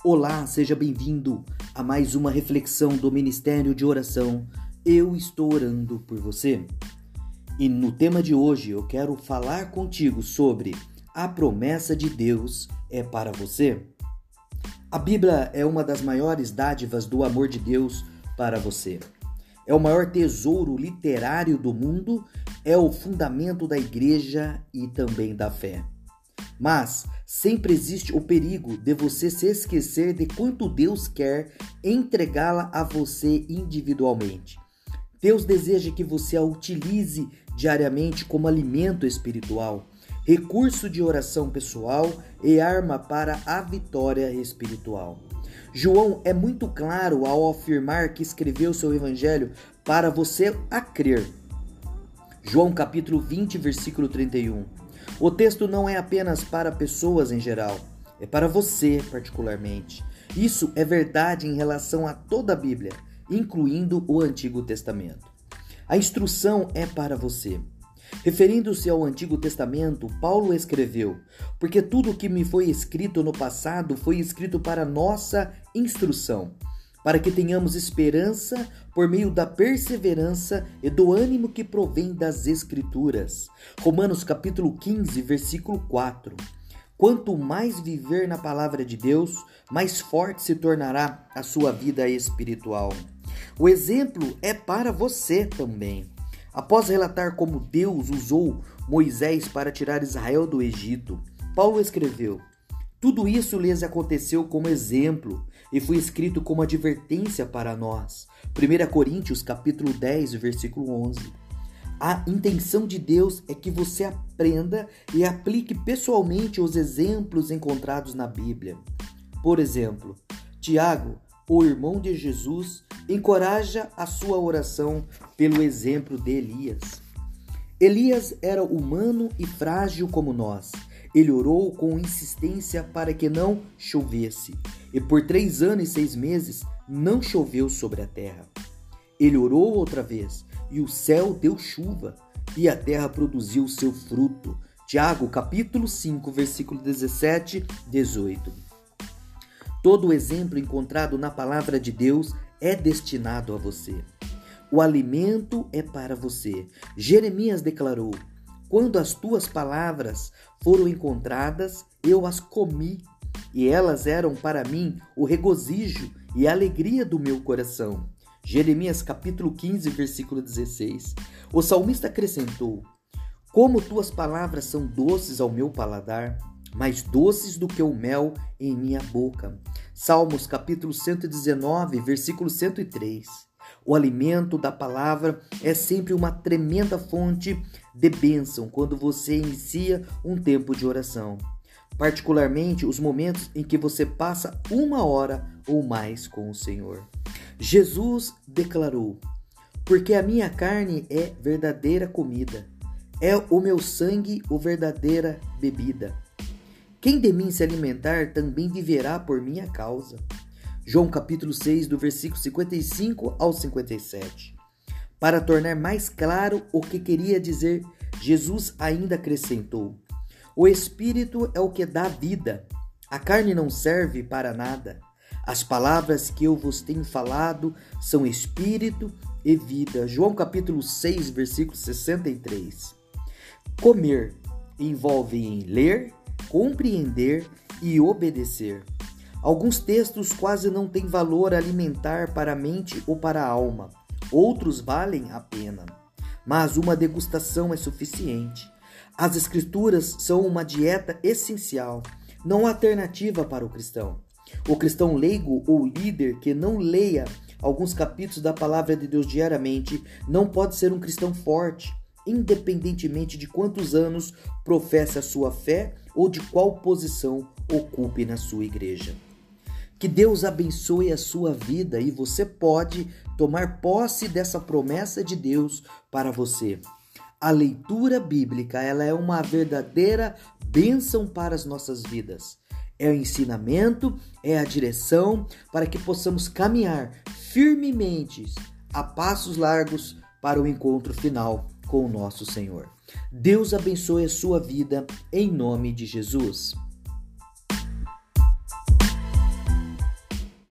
Olá, seja bem-vindo a mais uma reflexão do Ministério de Oração. Eu estou orando por você. E no tema de hoje eu quero falar contigo sobre a promessa de Deus é para você. A Bíblia é uma das maiores dádivas do amor de Deus para você. É o maior tesouro literário do mundo, é o fundamento da igreja e também da fé. Mas sempre existe o perigo de você se esquecer de quanto Deus quer entregá-la a você individualmente. Deus deseja que você a utilize diariamente como alimento espiritual, recurso de oração pessoal e arma para a vitória espiritual. João é muito claro ao afirmar que escreveu seu evangelho para você a crer. João capítulo 20, versículo 31. O texto não é apenas para pessoas em geral, é para você particularmente. Isso é verdade em relação a toda a Bíblia, incluindo o Antigo Testamento. A instrução é para você. Referindo-se ao Antigo Testamento, Paulo escreveu: porque tudo o que me foi escrito no passado foi escrito para nossa instrução, para que tenhamos esperança por meio da perseverança e do ânimo que provém das Escrituras. Romanos capítulo 15, versículo 4. Quanto mais viver na palavra de Deus, mais forte se tornará a sua vida espiritual. O exemplo é para você também. Após relatar como Deus usou Moisés para tirar Israel do Egito, Paulo escreveu: tudo isso lhes aconteceu como exemplo e foi escrito como advertência para nós. 1 Coríntios capítulo 10, versículo 11. A intenção de Deus é que você aprenda e aplique pessoalmente os exemplos encontrados na Bíblia. Por exemplo, Tiago, o irmão de Jesus, encoraja a sua oração pelo exemplo de Elias. Elias era humano e frágil como nós. Ele orou com insistência para que não chovesse, e por 3 anos e 6 meses não choveu sobre a terra. Ele orou outra vez, e o céu deu chuva, e a terra produziu seu fruto. Tiago, capítulo 5, versículo 17, 18. Todo o exemplo encontrado na palavra de Deus é destinado a você. O alimento é para você. Jeremias declarou: quando as tuas palavras foram encontradas, eu as comi, e elas eram para mim o regozijo e a alegria do meu coração. Jeremias capítulo 15, versículo 16. O salmista acrescentou: como tuas palavras são doces ao meu paladar, mais doces do que o mel em minha boca. Salmos capítulo 119, versículo 103. O alimento da palavra é sempre uma tremenda fonte de bênção quando você inicia um tempo de oração, particularmente os momentos em que você passa 1 hora ou mais com o Senhor. Jesus declarou: porque a minha carne é verdadeira comida, é o meu sangue a verdadeira bebida. Quem de mim se alimentar também viverá por minha causa. João capítulo 6, do versículo 55 ao 57. Para tornar mais claro o que queria dizer, Jesus ainda acrescentou: o Espírito é o que dá vida, a carne não serve para nada. As palavras que eu vos tenho falado são Espírito e vida. João capítulo 6, versículo 63. Comer envolve em ler, compreender e obedecer. Alguns textos quase não têm valor alimentar para a mente ou para a alma. Outros valem a pena. Mas uma degustação é suficiente. As Escrituras são uma dieta essencial, não alternativa para o cristão. O cristão leigo ou líder que não leia alguns capítulos da palavra de Deus diariamente não pode ser um cristão forte, independentemente de quantos anos professe a sua fé ou de qual posição ocupe na sua igreja. Que Deus abençoe a sua vida e você pode tomar posse dessa promessa de Deus para você. A leitura bíblica, ela é uma verdadeira bênção para as nossas vidas. É o ensinamento, é a direção para que possamos caminhar firmemente a passos largos para o encontro final com o nosso Senhor. Deus abençoe a sua vida em nome de Jesus.